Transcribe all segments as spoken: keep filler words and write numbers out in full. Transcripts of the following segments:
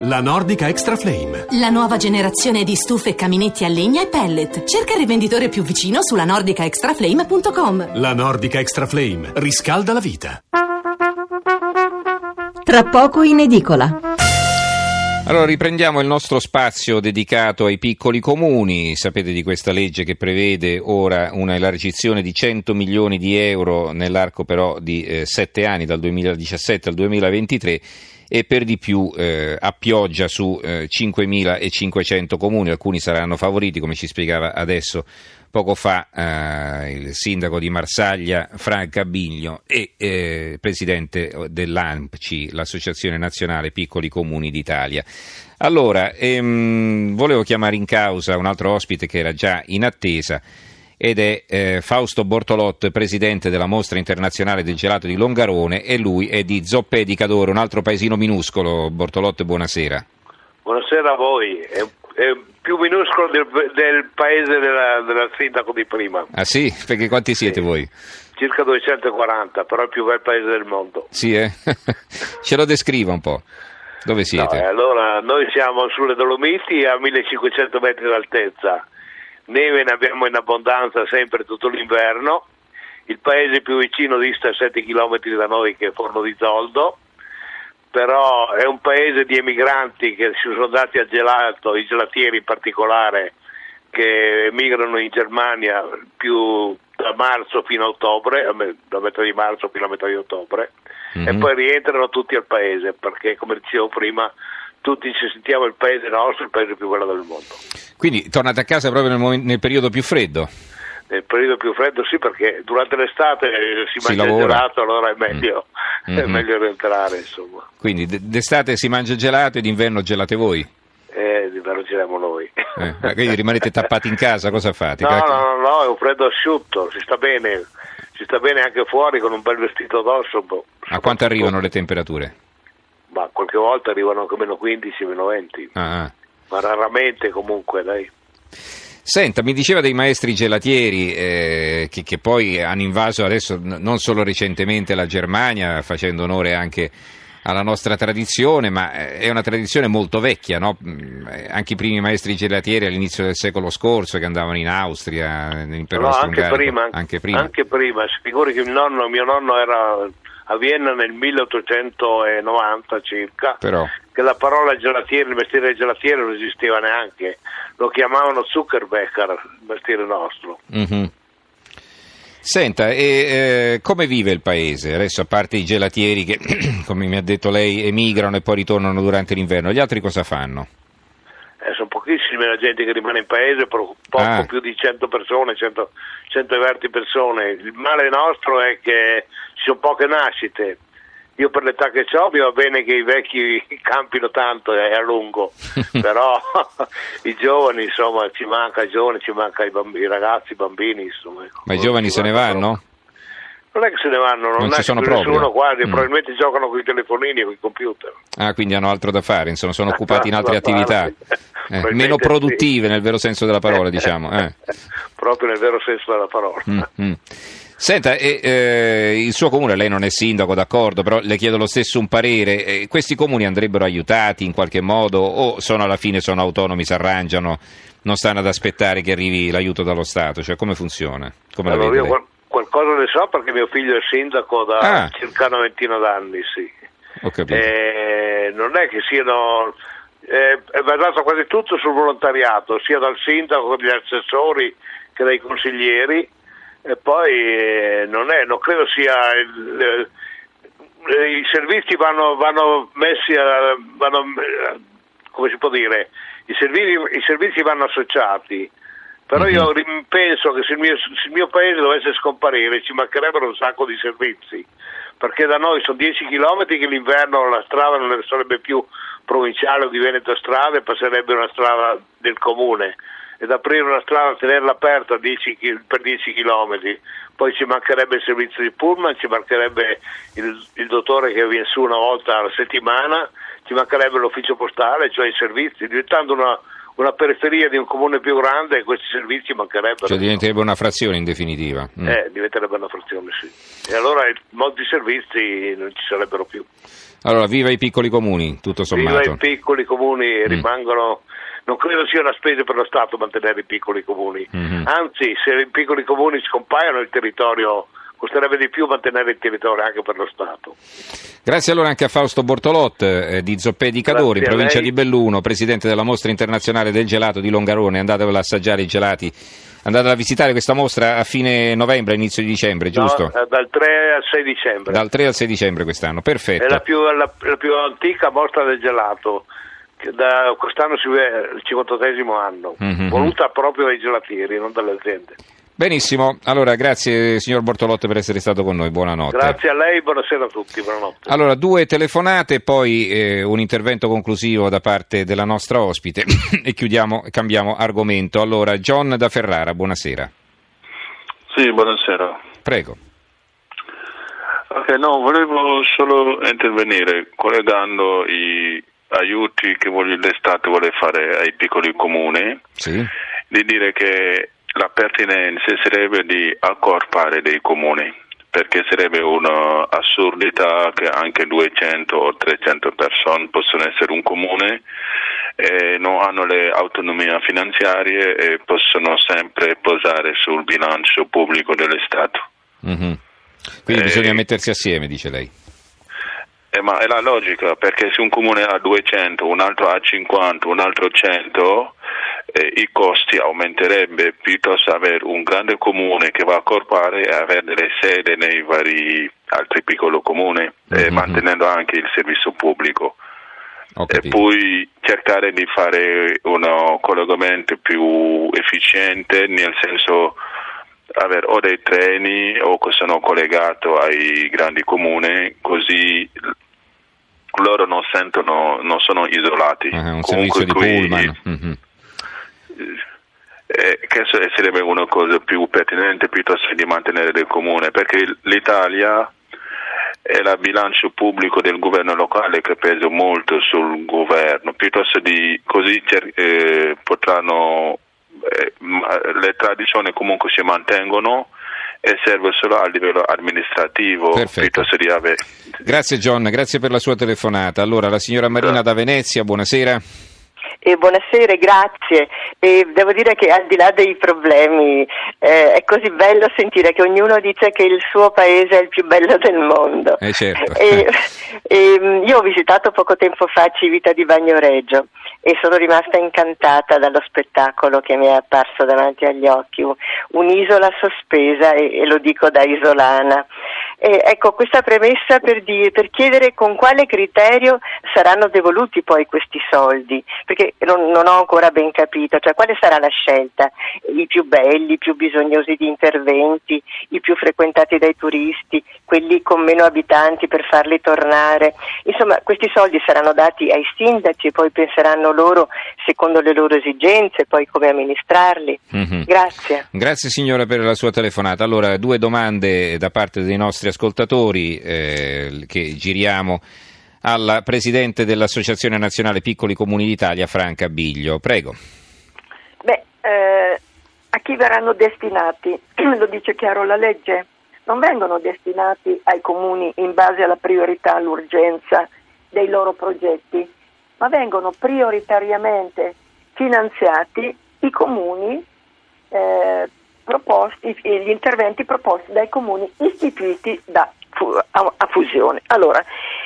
La Nordica Extra Flame. La nuova generazione di stufe e caminetti a legna e pellet. Cerca il rivenditore più vicino sulla nordica extra flame punto com. La Nordica Extra Flame riscalda la vita. Tra poco in edicola. Allora riprendiamo il nostro spazio dedicato ai piccoli comuni. Sapete di questa legge che prevede ora una elargizione di cento milioni di euro nell'arco però di eh, sette anni, dal duemiladiciassette al duemilaventitré, e per di più eh, a pioggia su eh, cinquemilacinquecento comuni. Alcuni saranno favoriti, come ci spiegava adesso poco fa eh, il sindaco di Marsaglia Franca Biglio e eh, presidente dell'A N P C I, l'Associazione Nazionale Piccoli Comuni d'Italia. Allora, ehm, volevo chiamare in causa un altro ospite che era già in attesa, ed è eh, Fausto Bortolot, presidente della Mostra Internazionale del Gelato di Longarone, e lui è di Zoppé di Cadore, un altro paesino minuscolo. Bortolot, buonasera. Buonasera a voi. È, è più minuscolo del, del paese della, della sindaco di prima. Ah sì? Perché quanti siete sì. voi? Circa duecentoquaranta, però è il più bel paese del mondo. Sì, eh? Ce lo descriva un po'. Dove siete? No, allora, noi siamo sulle Dolomiti a millecinquecento metri d'altezza. Neve ne abbiamo in abbondanza sempre tutto l'inverno. Il paese più vicino dista sette chilometri da noi, che è Forno di Zoldo, però è un paese di emigranti che si sono dati al gelato, i gelatieri in particolare, che emigrano in Germania più da marzo fino a ottobre, da metà di marzo fino a metà di ottobre, mm-hmm. e poi rientrano tutti al paese, perché come dicevo prima tutti ci sentiamo il paese nostro, il paese più bello del mondo. Quindi tornate a casa proprio nel, momento, nel periodo più freddo? Nel periodo più freddo sì, perché durante l'estate si, si mangia lavora. gelato, allora è meglio, mm. è mm-hmm. meglio rientrare, insomma. Quindi d'estate si mangia gelato e d'inverno gelate voi? Eh, d'inverno geliamo noi. Eh, quindi rimanete tappati in casa, cosa fate? No, no, no, no, è un freddo asciutto, si sta bene, si sta bene anche fuori con un bel vestito addosso. Boh, a quanto arrivano le temperature? Ma qualche volta arrivano anche meno quindici, meno venti, ah. ma raramente comunque, dai. Senta, mi diceva dei maestri gelatieri eh, che, che poi hanno invaso adesso n- non solo recentemente la Germania, facendo onore anche alla nostra tradizione, ma è una tradizione molto vecchia, no? Anche i primi maestri gelatieri all'inizio del secolo scorso che andavano in Austria, nell'impero no, austro-ungarico. Anche prima, anche prima. Anche prima, si figuri che il nonno, mio nonno era a Vienna nel milleottocentonovanta circa, però che la parola gelatiere, il mestiere gelatiere non esisteva neanche, lo chiamavano Zuckerbecker, il mestiere nostro. Mm-hmm. Senta, e eh, come vive il paese? Adesso, a parte i gelatieri che, come mi ha detto lei, emigrano e poi ritornano durante l'inverno, gli altri cosa fanno? Eh, sono pochissime la gente che rimane in paese, poco ah. più di cento persone, cento, centoventi persone. Il male nostro è che ci sono poche nascite. Io per l'età che ho mi va bene che i vecchi campino tanto e a lungo, però i giovani, insomma, ci manca i giovani, ci manca i, bambini, i ragazzi, i bambini, insomma. Ecco. Ma i giovani se ne vanno? Non è che se ne vanno, non, non è ci sono più proprio. Nessuno quasi, mm. probabilmente giocano con i telefonini e con i computer. Ah, quindi hanno altro da fare, insomma, sono occupati in altre attività. Eh, meno produttive sì. Nel vero senso della parola, diciamo. Eh. Proprio nel vero senso della parola. Mm-hmm. Senta, eh, eh, il suo comune, lei non è sindaco, d'accordo, però le chiedo lo stesso un parere. Eh, questi comuni andrebbero aiutati in qualche modo o sono alla fine sono autonomi, si arrangiano, non stanno ad aspettare che arrivi l'aiuto dallo Stato? Cioè, come funziona? Come allora, la vede io qual- qualcosa ne so perché mio figlio è sindaco da ah. circa una ventina d'anni, sì. Ho capito. Eh, non è che siano... Eh, è basato quasi tutto sul volontariato, sia dal sindaco che dagli assessori che dai consiglieri, e poi eh, non è, non credo sia il, eh, i servizi vanno, vanno messi a, vanno, come si può dire, i servizi, i servizi vanno associati, però mm-hmm. io penso che se il, mio, se il mio paese dovesse scomparire ci mancherebbero un sacco di servizi, perché da noi sono dieci chilometri che l'inverno la strada non sarebbe più provinciale o di Veneto strade, passerebbe una strada del comune, ed aprire una strada, tenerla aperta dieci, per dieci chilometri, poi ci mancherebbe il servizio di pullman, ci mancherebbe il, il dottore che viene su una volta alla settimana, ci mancherebbe l'ufficio postale, cioè i servizi, diventando una, una periferia di un comune più grande, questi servizi mancherebbero. Cioè diventerebbe una frazione in definitiva. Mm. Eh, diventerebbe una frazione, sì. E allora molti servizi non ci sarebbero più. Allora, viva i piccoli comuni, tutto sommato. Viva i piccoli comuni, mm. rimangono... Non credo sia una spesa per lo Stato mantenere i piccoli comuni, mm-hmm. anzi se i piccoli comuni scompaiono il territorio costerebbe di più mantenere il territorio anche per lo Stato. Grazie allora anche a Fausto Bortolot eh, di Zoppedi Cadori, in provincia di Belluno, presidente della mostra internazionale del gelato di Longarone. Andatevela a assaggiare i gelati, andate a visitare questa mostra a fine novembre, inizio di dicembre, giusto? No, dal tre al sei dicembre. Dal tre al sei dicembre quest'anno, perfetto. È la più, la, la più antica mostra del gelato. Da quest'anno si vede il cinquantottesimo anno, mm-hmm. voluta proprio dai gelatieri, non dalle aziende. Benissimo, allora grazie signor Bortolotto per essere stato con noi, buonanotte. Grazie a lei, buonasera a tutti, buonanotte. Allora, due telefonate, poi eh, un intervento conclusivo da parte della nostra ospite e chiudiamo, cambiamo argomento. Allora, John da Ferrara, buonasera. Sì, buonasera. Prego. Ok, no, volevo solo intervenire collegando i aiuti che l'Estate vuole fare ai piccoli comuni, sì. di dire che la pertinenza sarebbe di accorpare dei comuni, perché sarebbe un'assurdità che anche duecento o trecento persone possono essere un comune e non hanno le autonomie finanziarie e possono sempre posare sul bilancio pubblico dello Stato. Mm-hmm. Quindi e... bisogna mettersi assieme, dice lei. Eh, ma è la logica, perché se un comune ha duecento, un altro ha cinquanta, un altro cento, eh, i costi aumenterebbe piuttosto avere un grande comune che va a accorpare e avere delle sedi nei vari altri piccoli comuni, mm-hmm. eh, mantenendo anche il servizio pubblico. E poi cercare di fare un collegamento più efficiente, nel senso avere o dei treni o che sono collegati ai grandi comuni, così loro non sentono, non sono isolati. Uh, un Comunque servizio di qui, pullman. Mm-hmm. eh, che sarebbe una cosa più pertinente piuttosto di mantenere del comune, perché l'Italia è il bilancio pubblico del governo locale che pesa molto sul governo, piuttosto di così eh, potranno eh, le tradizioni comunque si mantengono e serve solo a livello amministrativo. Perfetto. Piuttosto di avere. Grazie John, grazie per la sua telefonata. Allora la signora Marina da Venezia, buonasera. E buonasera, grazie. E devo dire che al di là dei problemi eh, è così bello sentire che ognuno dice che il suo paese è il più bello del mondo. Eh certo. E, e, io ho visitato poco tempo fa Civita di Bagnoregio e sono rimasta incantata dallo spettacolo che mi è apparso davanti agli occhi, un'isola sospesa, e, e lo dico da isolana. E, ecco, questa premessa per, dire, per chiedere con quale criterio saranno devoluti poi questi soldi, perché non, non ho ancora ben capito, cioè quale sarà la scelta, i più belli, i più bisognosi di interventi, i più frequentati dai turisti, quelli con meno abitanti per farli tornare, insomma questi soldi saranno dati ai sindaci e poi penseranno loro secondo le loro esigenze poi come amministrarli. Mm-hmm. Grazie. Grazie signora per la sua telefonata. Allora, due domande da parte dei nostri ascoltatori eh, che giriamo alla Presidente dell'Associazione Nazionale Piccoli Comuni d'Italia, Franca Biglio. Prego. Beh, eh, a chi verranno destinati? Lo dice chiaro la legge. Non vengono destinati ai comuni in base alla priorità, all'urgenza dei loro progetti, ma vengono prioritariamente finanziati i comuni eh, proposti, gli interventi proposti dai comuni istituiti da, a, a fusione. Allora,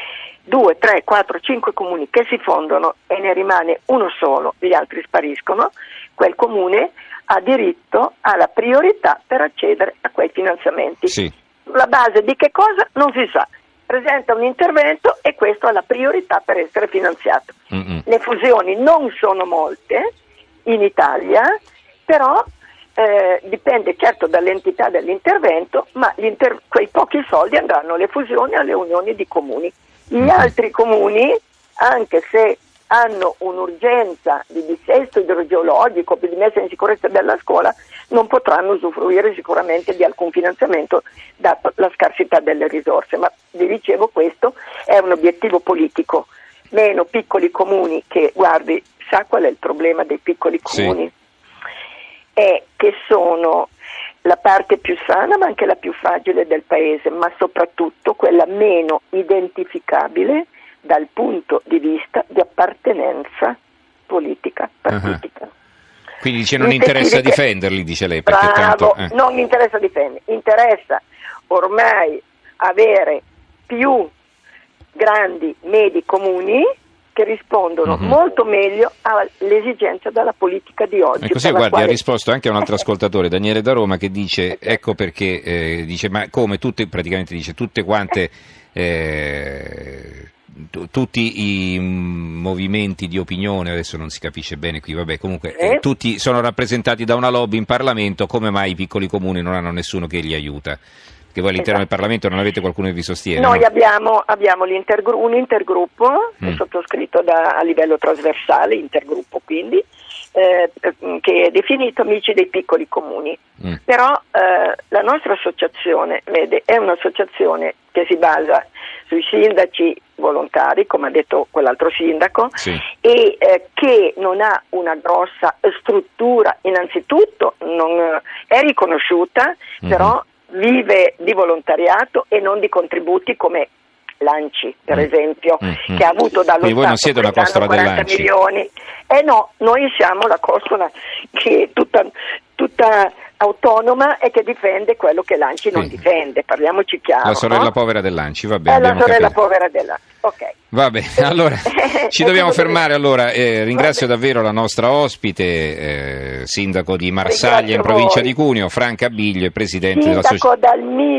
due, tre, quattro, cinque comuni che si fondono e ne rimane uno solo, gli altri spariscono, quel comune ha diritto alla priorità per accedere a quei finanziamenti. Sì. La base di che cosa non si sa. Presenta un intervento e questo ha la priorità per essere finanziato. Mm-mm. Le fusioni non sono molte in Italia, però eh, dipende certo dall'entità dell'intervento, ma inter- quei pochi soldi andranno alle fusioni e alle unioni di comuni. Gli mm-hmm. altri comuni, anche se hanno un'urgenza di dissesto idrogeologico, di messa in sicurezza della scuola, non potranno usufruire sicuramente di alcun finanziamento data la scarsità delle risorse, ma vi dicevo questo è un obiettivo politico. Meno piccoli comuni che, guardi, sa qual è il problema dei piccoli comuni? Sì. È che sono la parte più sana ma anche la più fragile del paese, ma soprattutto quella meno identificabile, dal punto di vista di appartenenza politica, partitica. Uh-huh. Quindi dice non interessa difenderli, dice lei, perché bravo, tanto... Eh. non interessa difenderli, interessa ormai avere più grandi medi comuni che rispondono uh-huh. molto meglio alle esigenze della politica di oggi. E così guardi, quale... ha risposto anche a un altro ascoltatore, Daniele da Roma, che dice, ecco perché, eh, dice, ma come tutte, praticamente dice, tutte quante... Eh, tutti i movimenti di opinione, adesso non si capisce bene qui, vabbè, comunque eh? Eh, tutti sono rappresentati da una lobby in Parlamento, come mai i piccoli comuni non hanno nessuno che li aiuta? Che voi all'interno esatto. del Parlamento non avete qualcuno che vi sostiene? Noi no? abbiamo, abbiamo l'intergru- un intergruppo mm. sottoscritto da, a livello trasversale, intergruppo quindi, eh, che è definito Amici dei Piccoli Comuni. Mm. Però eh, la nostra associazione, vede, è un'associazione che si basa sui sindaci volontari, come ha detto quell'altro sindaco, sì. e eh, che non ha una grossa struttura, innanzitutto non è riconosciuta, mm-hmm. però vive di volontariato e non di contributi come l'Anci, per mm. esempio, mm-hmm. che ha avuto dallo Stato voi non siete una costola quaranta milioni. Eh no, noi siamo la costola che è tutta, tutta autonoma e che difende quello che l'Anci non sì. difende, parliamoci chiaro. La sorella no? povera dell'Anci, va bene. È la sorella capito. povera dell'Anci, ok. Va bene, allora ci dobbiamo fermare. Allora, eh, ringrazio davvero la nostra ospite, eh, sindaco di Marsaglia Ringrazio in provincia voi. di Cuneo, Franca Biglio, presidente sindaco della società. dal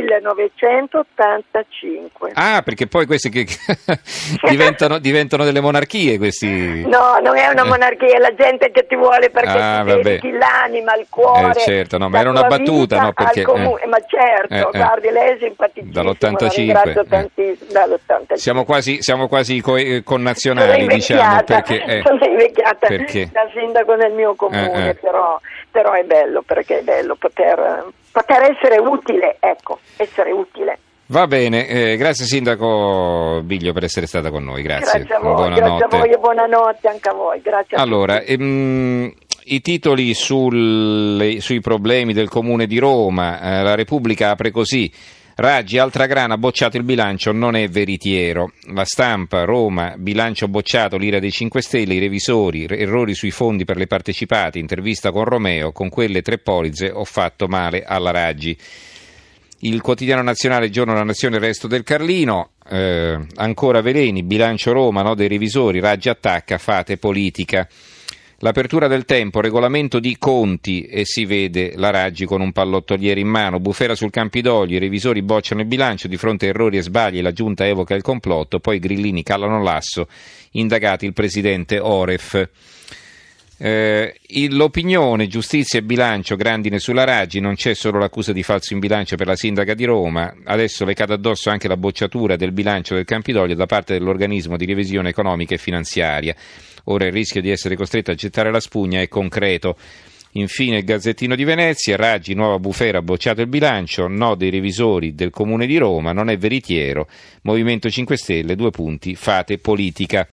millenovecentottantacinque. Ah, perché poi questi che diventano, diventano delle monarchie questi. No, non è una monarchia, è la gente che ti vuole perché ah, ti dedichi l'anima, il cuore. Eh, certo, no, ma era una battuta, no? Perché, comune, eh, ma certo, eh, guardi, lei è simpaticissimo, dall'ottantacinque, la ringrazio eh. tantissimo, dall'ottantacinque. Siamo quasi, siamo quasi co- connazionali, diciamo, perché, eh, sono invecchiata perché? da sindaco nel mio comune, eh, eh. Però, però è bello, perché è bello poter, poter essere utile, ecco, essere utile. Va bene, eh, grazie sindaco Biglio per essere stata con noi, grazie. Grazie a voi, grazie a voi e buonanotte anche a voi, grazie a allora, tutti. Ehm, i titoli sul, sui problemi del Comune di Roma, eh, la Repubblica apre così: Raggi, altra grana, bocciato il bilancio, non è veritiero. La Stampa, Roma, bilancio bocciato, l'ira dei cinque Stelle, i revisori, errori sui fondi per le partecipate, intervista con Romeo, con quelle tre polizze ho fatto male alla Raggi. Il Quotidiano Nazionale, Giorno della Nazione, il Resto del Carlino, eh, ancora veleni, bilancio Roma, no dei revisori, Raggi attacca, fate politica. L'apertura del Tempo, regolamento di conti e si vede la Raggi con un pallottoliere in mano, bufera sul Campidoglio, i revisori bocciano il bilancio, di fronte a errori e sbagli la giunta evoca il complotto, poi grillini calano l'asso, indagati il presidente Oref. Eh, l'opinione, giustizia e bilancio, grandine sulla Raggi, non c'è solo l'accusa di falso in bilancio per la sindaca di Roma, adesso le cade addosso anche la bocciatura del bilancio del Campidoglio da parte dell'organismo di revisione economica e finanziaria. Ora il rischio di essere costretto a gettare la spugna è concreto. Infine il Gazzettino di Venezia, Raggi, nuova bufera, bocciato il bilancio, no dei revisori del Comune di Roma, non è veritiero, Movimento cinque Stelle, due punti, fate politica.